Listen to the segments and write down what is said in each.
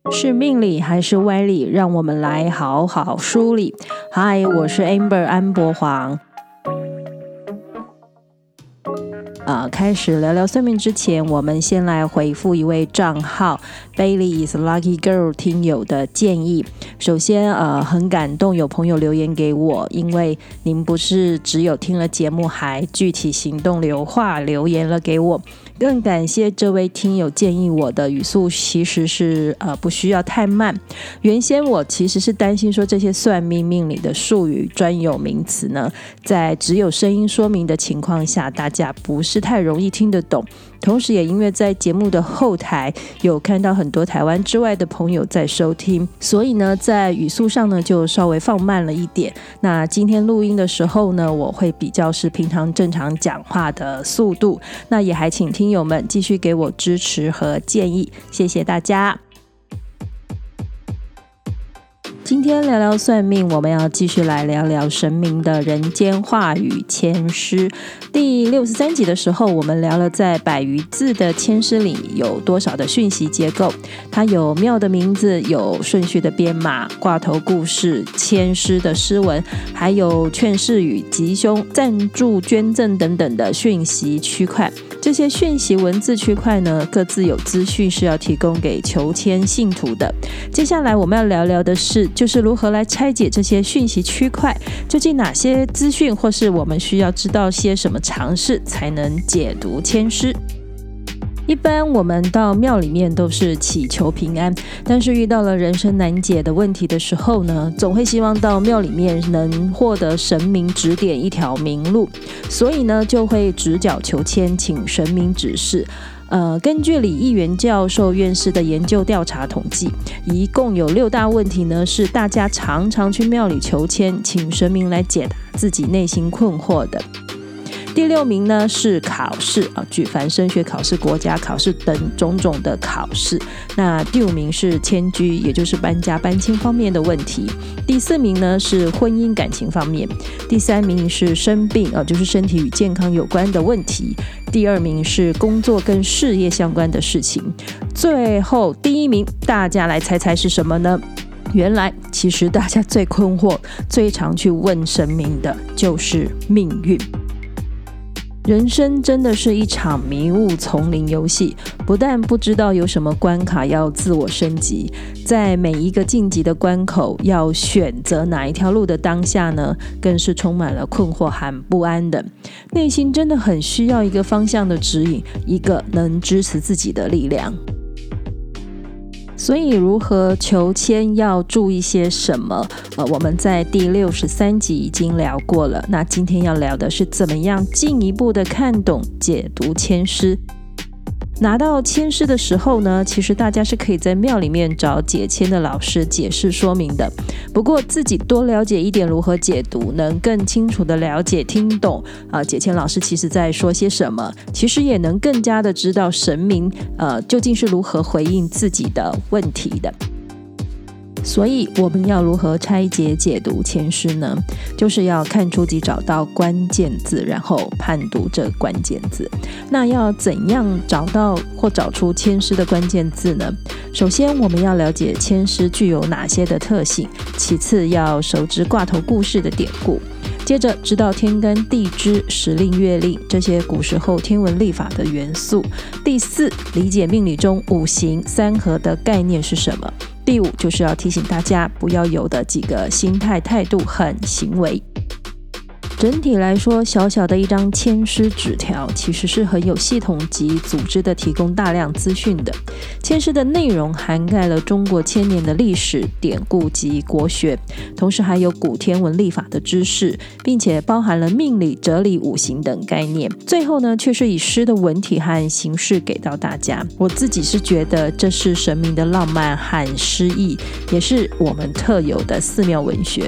是命理还是歪理？让我们来好好梳理。嗨，我是 Amber 安博黄。开始聊聊算命之前，我们先来回复一位账号 Bailey is Lucky Girl 听友的建议。首先很感动有朋友留言给我，因为您不是只有听了节目，还具体行动留话留言了给我。更感谢这位听友建议我的语速其实是不需要太慢。原先我其实是担心说这些算命命理的术语专有名词呢，在只有声音说明的情况下，大家不是太容易听得懂。同时也因为在节目的后台有看到很多台湾之外的朋友在收听，所以呢在语速上呢就稍微放慢了一点。那今天录音的时候呢，我会比较是平常正常讲话的速度。那也还请听友们继续给我支持和建议，谢谢大家。今天聊聊算命，我们要继续来聊聊神明的人间话语签诗。第63集的时候，我们聊了在100余字的签诗里有多少的讯息结构，它有庙的名字，有顺序的编码，挂头故事，签诗的诗文，还有劝世语、吉凶、赞助、捐赠等等的讯息区块。这些讯息文字区块呢，各自有资讯是要提供给求签信徒的。接下来我们要聊聊的是，就是如何来拆解这些讯息区块，究竟哪些资讯或是我们需要知道些什么常识才能解读签诗。一般我们到庙里面都是祈求平安，但是遇到了人生难解的问题的时候呢，总会希望到庙里面能获得神明指点一条明路，所以呢就会直角求签，请神明指示。根据李议员教授院士的研究调查统计，一共有6大问题呢，是大家常常去庙里求签，请神明来解答自己内心困惑的。第6名呢是考试举凡升学考试、国家考试等种种的考试。那第5名是迁居，也就是搬家搬迁方面的问题。第4名呢是婚姻感情方面。第3名是生病就是身体与健康有关的问题。第2名是工作跟事业相关的事情。最后第1名，大家来猜猜是什么呢？原来其实大家最困惑、最常去问神明的就是命运。人生真的是一场迷雾丛林游戏，不但不知道有什么关卡要自我升级，在每一个晋级的关口要选择哪一条路的当下呢，更是充满了困惑和不安的。内心真的很需要一个方向的指引，一个能支持自己的力量。所以如何求签要注意些什么？我们在第63集已经聊过了。那今天要聊的是怎么样进一步的看懂解读签诗。拿到签诗的时候呢，其实大家是可以在庙里面找解签的老师解释说明的。不过自己多了解一点如何解读，能更清楚的了解听懂解签老师其实在说些什么，其实也能更加的知道神明究竟是如何回应自己的问题的。所以我们要如何拆解解读签诗呢？就是要看出及找到关键字，然后判读这关键字。那要怎样找到或找出签诗的关键字呢？首先我们要了解签诗具有哪些的特性，其次要熟知挂头故事的典故，接着知道天干地支、时令月令这些古时候天文历法的元素。第4，理解命理中五行3合的概念是什么。第5，就是要提醒大家不要有的几个心态、态度和行为。整体来说，小小的一张签诗纸条其实是很有系统及组织的提供大量资讯的。签诗的内容涵盖了中国1000年的历史、典故及国学，同时还有古天文历法的知识，并且包含了命理、哲理、五行等概念。最后呢，却是以诗的文体和形式给到大家。我自己是觉得这是神明的浪漫和诗意，也是我们特有的寺庙文学。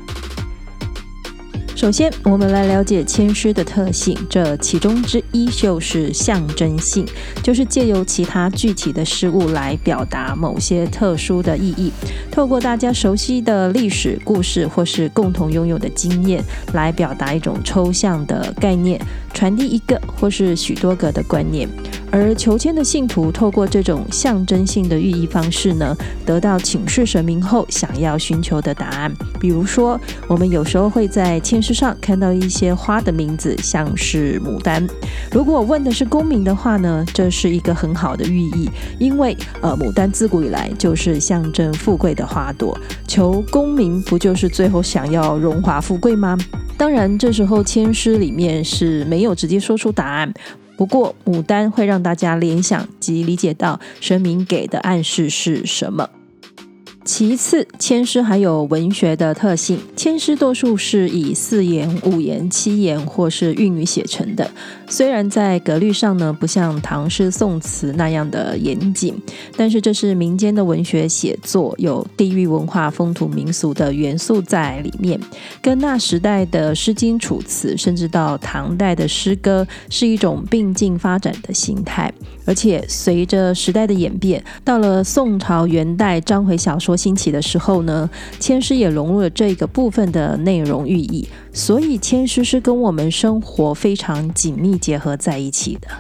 首先我们来了解签诗的特性，这其中之一就是象征性，就是借由其他具体的事物来表达某些特殊的意义，透过大家熟悉的历史故事或是共同拥有的经验来表达一种抽象的概念，传递一个或是许多个的观念。 而求签的信徒透过这种象征性的寓意方式呢，得到请示神明后想要寻求的答案。比如说，我们有时候会在签诗上看到一些花的名字，像是牡丹。如果问的是功名的话呢，这是一个很好的寓意，因为牡丹自古以来就是象征富贵的花朵，求功名不就是最后想要荣华富贵吗？当然，这时候签诗里面是没有直接说出答案。不过牡丹会让大家联想及理解到神明给的暗示是什么。其次，签诗还有文学的特性，签诗多数是以4言、5言、7言或是韵语写成的。虽然在格律上呢，不像唐诗宋词那样的严谨，但是这是民间的文学写作，有地域文化、风土民俗的元素在里面，跟那时代的诗经、楚辞，甚至到唐代的诗歌，是一种并进发展的形态。而且随着时代的演变，到了宋朝、元代章回小说兴起的时候呢，签诗也融入了这个部分的内容寓意，所以签诗是跟我们生活非常紧密结合在一起的。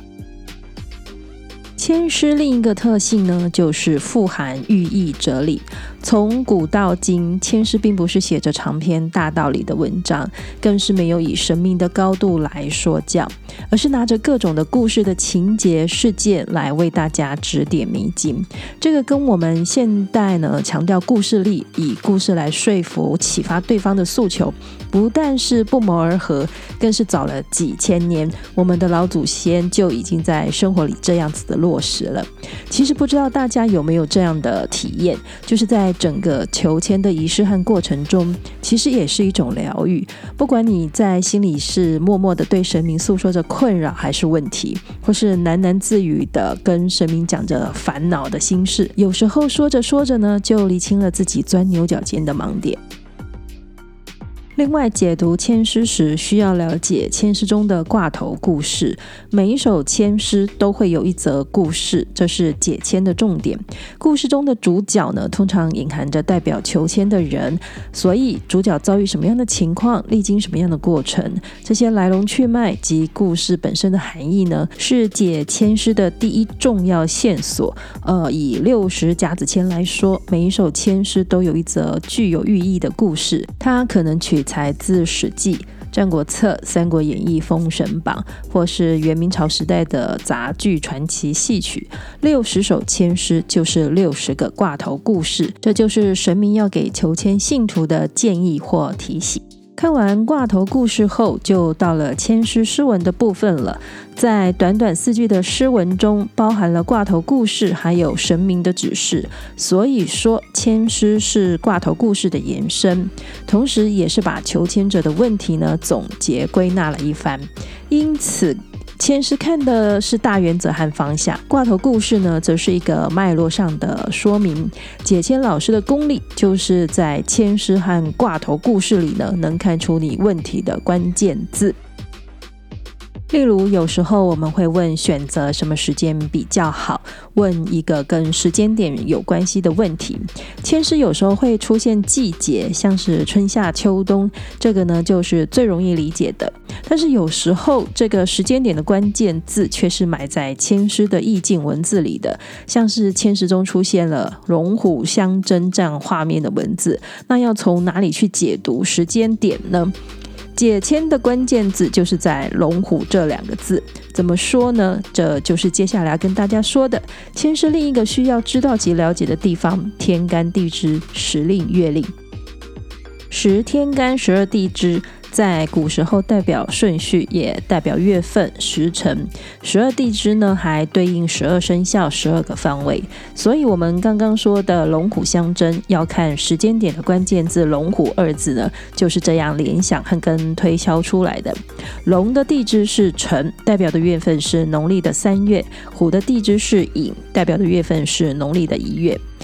签诗另一个特性呢，就是富含寓意哲理。从古到今，签诗并不是写着长篇大道理的文章，更是没有以神明的高度来说教，而是拿着各种的故事的情节事件来为大家指点迷津。这个跟我们现代呢强调故事力，以故事来说服启发对方的诉求，不但是不谋而合，更是早了几千年，我们的老祖先就已经在生活里这样子的落实了。其实不知道大家有没有这样的体验，就是在整个求签的仪式和过程中，其实也是一种疗愈。不管你在心里是默默的对神明诉说着困扰还是问题，或是喃喃自语的跟神明讲着烦恼的心事，有时候说着说着呢，就厘清了自己钻牛角尖的盲点。另外，解读签诗时需要了解签诗中的挂头故事，每一首签诗都会有一则故事，这是解签的重点。故事中的主角呢，通常隐含着代表求签的人，所以主角遭遇什么样的情况，历经什么样的过程，这些来龙去脉及故事本身的含义呢，是解签诗的第一重要线索。以60甲子签来说，每一首签诗都有一则具有寓意的故事，它可能取材自《史记》、《战国策》、《三国演义》、《封神榜》，或是元明朝时代的杂剧、传奇、戏曲。60首签诗就是60个挂头故事，这就是神明要给求签信徒的建议或提醒。看完挂头故事后，就到了签诗诗文的部分了。在短短4句的诗文中，包含了挂头故事还有神明的指示，所以说签诗是挂头故事的延伸，同时也是把求签者的问题呢总结归纳了一番。因此签诗看的是大原则和方向，挂头故事呢则是一个脉络上的说明。解签老师的功力就是在签诗和挂头故事里呢，能看出你问题的关键字。例如有时候我们会问选择什么时间比较好，问一个跟时间点有关系的问题。签诗有时候会出现季节，像是春夏秋冬，这个呢就是最容易理解的。但是有时候这个时间点的关键字却是埋在签诗的意境文字里的，像是签诗中出现了龙虎相争这样画面的文字，那要从哪里去解读时间点呢？解签的关键字就是在龙虎这2个字，怎么说呢？这就是接下来要跟大家说的签诗另一个需要知道及了解的地方，天干地支、时令、月令。10天干12地支在古时候代表顺序，也代表月份、时辰。12地支呢还对应12生肖、12个方位。所以我们刚刚说的龙虎相争，要看时间点的关键字龙虎2字呢，就是这样联想和跟推敲出来的。龙的地支是辰，代表的月份是农历的3月；虎的地支是寅，代表的月份是农历的1月。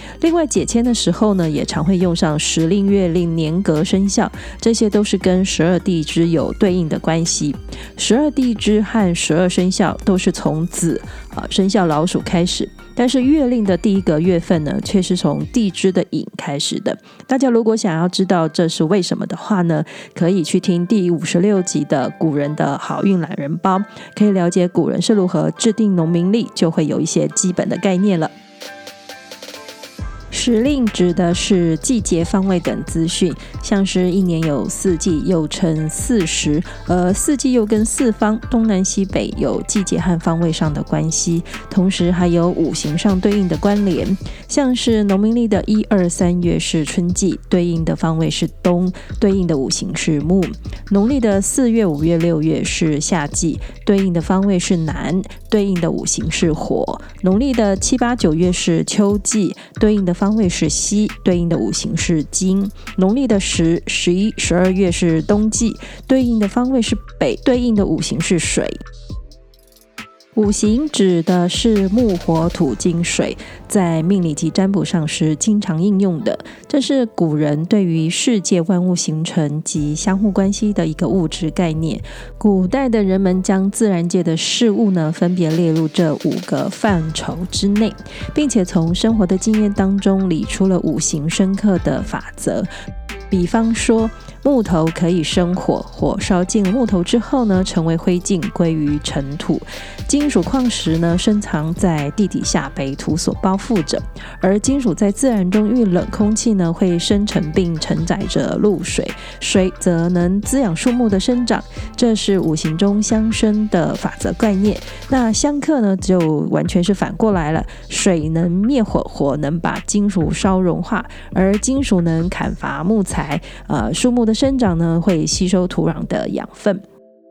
另外解签的时候呢，也常会用上时令、月令、年格、生肖，这些都是跟12地支有对应的关系。12地支和12生肖都是从子生肖老鼠开始，但是月令的第一个月份呢，却是从地支的寅开始的。大家如果想要知道这是为什么的话呢，可以去听第56集的古人的好运懒人包，可以了解古人是如何制定农民历，就会有一些基本的概念了。时令指的是季节、方位等资讯，像是一年有4季，又称4时，4季又跟4方东南西北有季节和方位上的关系，同时还有五行上对应的关联，像是农民历的1、2、3月是春季，对应的方位是东，对应的五行是木；农历的4月、5月、6月是夏季，对应的方位是南，对应的五行是火；农历的7、8、9月是秋季，对应的方位是西，对应的五行是金；农历的10、11、12月是冬季，对应的方位是北，对应的五行是水。五行指的是木、火、土、金、水，在命理及占卜上是经常应用的。这是古人对于世界万物形成及相互关系的一个物质概念。古代的人们将自然界的事物呢，分别列入这5个范畴之内，并且从生活的经验当中理出了五行深刻的法则。比方说，木头可以生火，火烧进了木头之后呢，成为灰烬，归于尘土。金属矿石呢，深藏在地底下，被土所包覆着。而金属在自然中遇冷空气呢，会生成并承载着露水，水则能滋养树木的生长。这是五行中相生的法则概念。那相克呢，就完全是反过来了。水能灭火，火能把金属烧融化，而金属能砍伐木材，树木的生长呢，会吸收土壤的养分。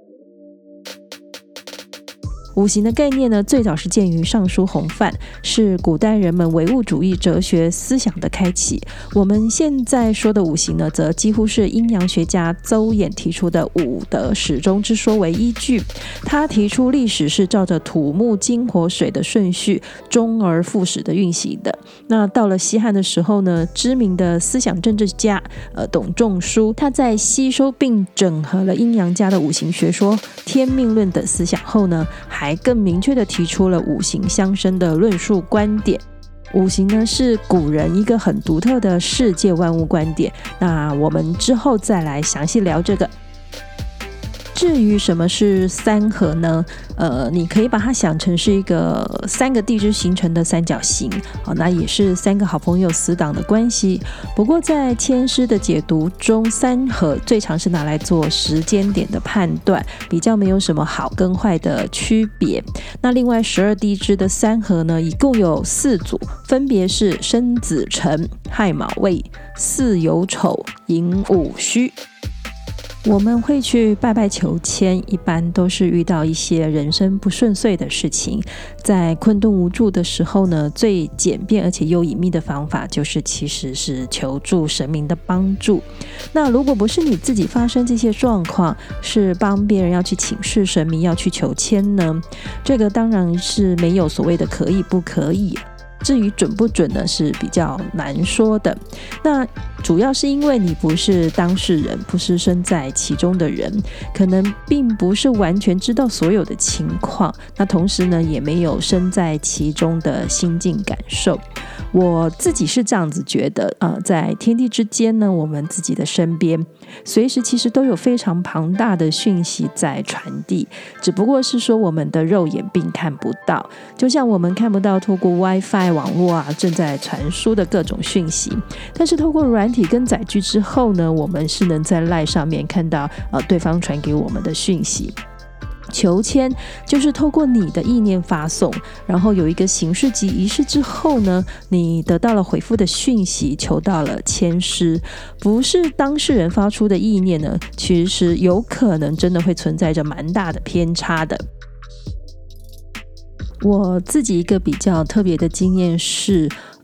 五行的概念呢，最早是见于尚书洪范，是古代人们唯物主义哲学思想的开启。我们现在说的五行呢，则几乎是阴阳学家邹衍提出的五德始终之说为依据。他提出历史是照着土木金火水的顺序终而复始的运行的。那到了西汉的时候呢，知名的思想政治家董仲舒，他在吸收并整合了阴阳家的五行学说、天命论等思想后呢，还更明确地提出了五行相生的论述观点。五行呢，是古人一个很独特的世界万物观点。那我们之后再来详细聊这个。至于什么是三合呢？你可以把它想成是一个3个地支形成的三角形，那也是3个好朋友死党的关系。不过在签诗的解读中，三合最常是拿来做时间点的判断，比较没有什么好跟坏的区别。那另外12地支的三合呢，一共有4组，分别是申子辰、亥卯未、巳酉丑、寅午戌。我们会去拜拜求签，一般都是遇到一些人生不顺遂的事情，在困顿无助的时候呢，最简便而且又隐秘的方法其实是求助神明的帮助。那如果不是你自己发生这些状况，是帮别人要去请示神明，要去求签呢，这个当然是没有所谓的可以不可以。至于准不准呢，是比较难说的。那主要是因为你不是当事人，不是身在其中的人，可能并不是完全知道所有的情况，那同时呢，也没有身在其中的心境感受。我自己是这样子觉得，在天地之间呢，我们自己的身边随时其实都有非常庞大的讯息在传递，只不过是说我们的肉眼并看不到，就像我们看不到透过 WiFi 网络正在传输的各种讯息，但是透过软体跟载具之后呢，我们是能在 LINE 上面看到对方传给我们的讯息。求签就是透过你的意念发送，然后有一个形式及仪式之后呢，你得到了回复的讯息，求到了签诗。不是当事人发出的意念呢，其实有可能真的会存在着蛮大的偏差的。我自己一个比较特别的经验是，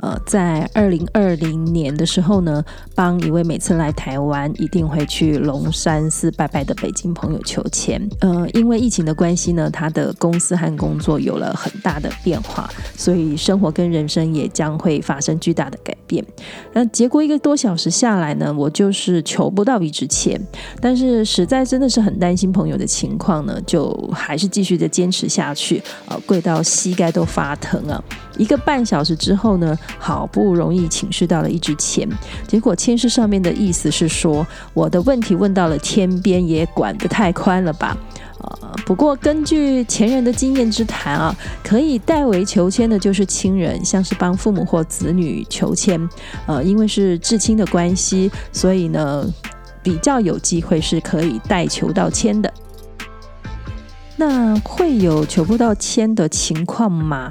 在2020年的时候呢，帮一位每次来台湾一定会去龙山寺拜拜的北京朋友求签。因为疫情的关系呢，他的公司和工作有了很大的变化，所以生活跟人生也将会发生巨大的改变。结果1个多小时下来呢，我就是求不到一支签，但是实在真的是很担心朋友的情况呢，就还是继续的坚持下去，跪到膝盖都发疼啊。1个半小时之后呢，好不容易请示到了一支签，结果签诗上面的意思是说，我的问题问到了天边，也管得太宽了吧。不过根据前人的经验之谈啊，可以代为求签的就是亲人，像是帮父母或子女求签，因为是至亲的关系，所以呢比较有机会是可以代求到签的。那会有求不到签的情况吗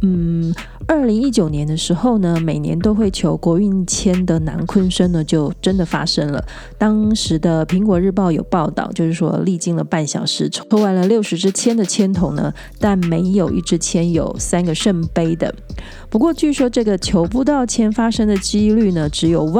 ？2019年的时候呢，每年都会求国运签的南昆生呢，就真的发生了。当时的苹果日报有报道，就是说历经了半小时，抽完了60支签的签筒呢，但没有一支签有3个圣杯的。不过据说这个求不到签发生的几率呢，只有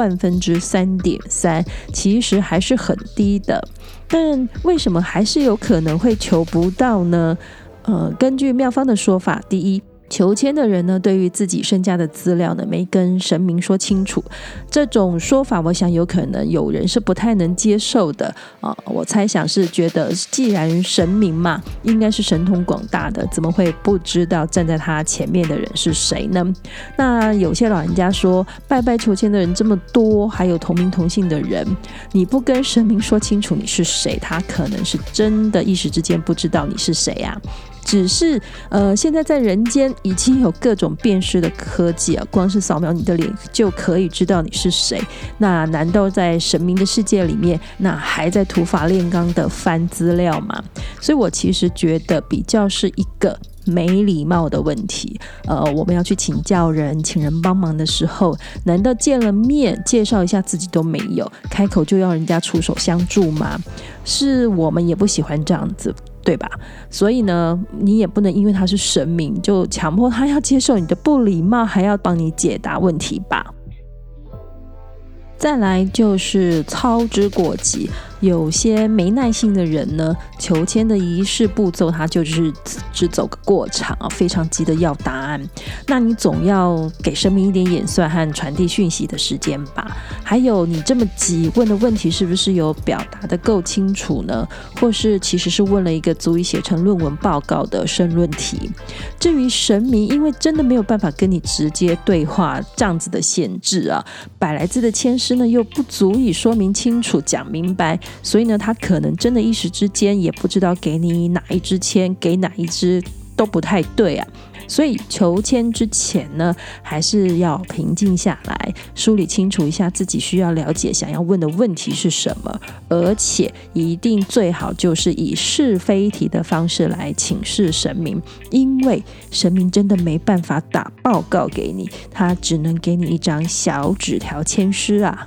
3/3.3，其实还是很低的。但为什么还是有可能会求不到呢？根据妙方的说法，第一，求签的人呢，对于自己身家的资料呢，没跟神明说清楚，这种说法我想有可能有人是不太能接受的。我猜想是觉得既然神明嘛，应该是神通广大的，怎么会不知道站在他前面的人是谁呢？那有些老人家说，拜拜求签的人这么多，还有同名同姓的人，你不跟神明说清楚你是谁，他可能是真的一时之间不知道你是谁啊。只是现在在人间已经有各种辨识的科技啊，光是扫描你的脸就可以知道你是谁。那难道在神明的世界里面，那还在土法炼钢的翻资料吗？所以我其实觉得比较是一个没礼貌的问题。我们要去请教人，请人帮忙的时候，难道见了面介绍一下自己都没有，开口就要人家出手相助吗？是我们也不喜欢这样子，对吧？所以呢，你也不能因为他是神明就强迫他要接受你的不礼貌，还要帮你解答问题吧。再来就是操之过急，有些没耐性的人呢，求签的仪式步骤他就是只走个过场，非常急的要答案。那你总要给神明一点演算和传递讯息的时间吧。还有你这么急问的问题是不是有表达的够清楚呢？或是其实是问了一个足以写成论文报告的申论题。至于神明，因为真的没有办法跟你直接对话这样子的限制啊，100来字的签诗呢又不足以说明清楚讲明白，所以呢他可能真的一时之间也不知道给你哪一支签，给哪一支都不太对啊。所以求签之前呢，还是要平静下来，梳理清楚一下自己需要了解想要问的问题是什么，而且一定最好就是以是非题的方式来请示神明，因为神明真的没办法打报告给你，他只能给你一张小纸条签诗啊。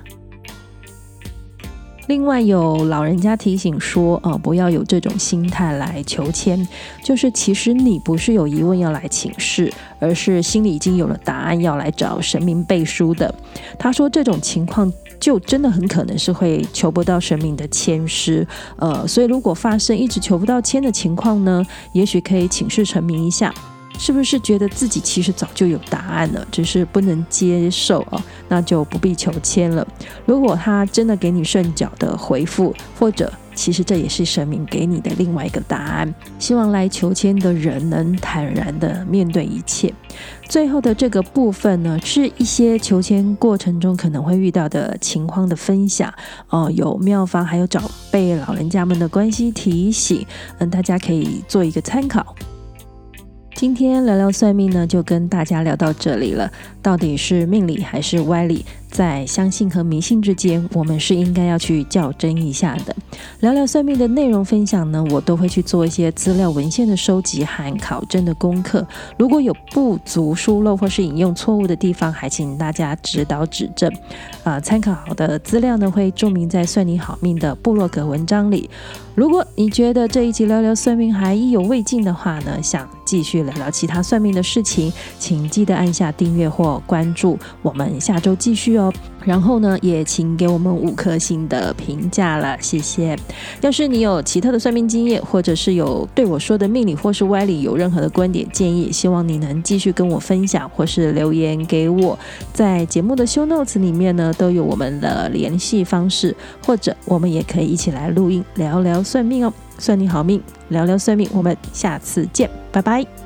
另外有老人家提醒说，不要有这种心态来求签，就是其实你不是有疑问要来请示，而是心里已经有了答案要来找神明背书的。他说这种情况就真的很可能是会求不到神明的签诗，所以如果发生一直求不到签的情况呢，也许可以请示神明一下，是不是觉得自己其实早就有答案了，只是不能接受那就不必求签了。如果他真的给你顺脚的回复，或者其实这也是神明给你的另外一个答案，希望来求签的人能坦然的面对一切。最后的这个部分呢，是一些求签过程中可能会遇到的情况的分享，有妙方还有长辈老人家们的关系提醒，大家可以做一个参考。今天聊聊算命呢，就跟大家聊到这里了。到底是命理还是歪理？ 在相信和迷信之间，我们是应该要去较真一下的。聊聊算命的内容分享呢，我都会去做一些资料文献的收集和考证的功课。如果有不足、疏漏或是引用错误的地方，还请大家指导指正。参考好的资料呢，会注明在算你好命的部落格文章里。如果你觉得这一集聊聊算命还意犹未尽的话呢，想继续聊聊其他算命的事情，请记得按下订阅或关注，我们下周继续哦。然后呢，也请给我们5颗星的评价了，谢谢。要是你有奇特的算命经验，或者是有对我说的命理或是歪理有任何的观点建议，希望你能继续跟我分享，或是留言给我。在节目的 show notes 里面呢，都有我们的联系方式，或者我们也可以一起来录音聊聊算命哦。算你好命，聊聊算命，我们下次见，拜拜。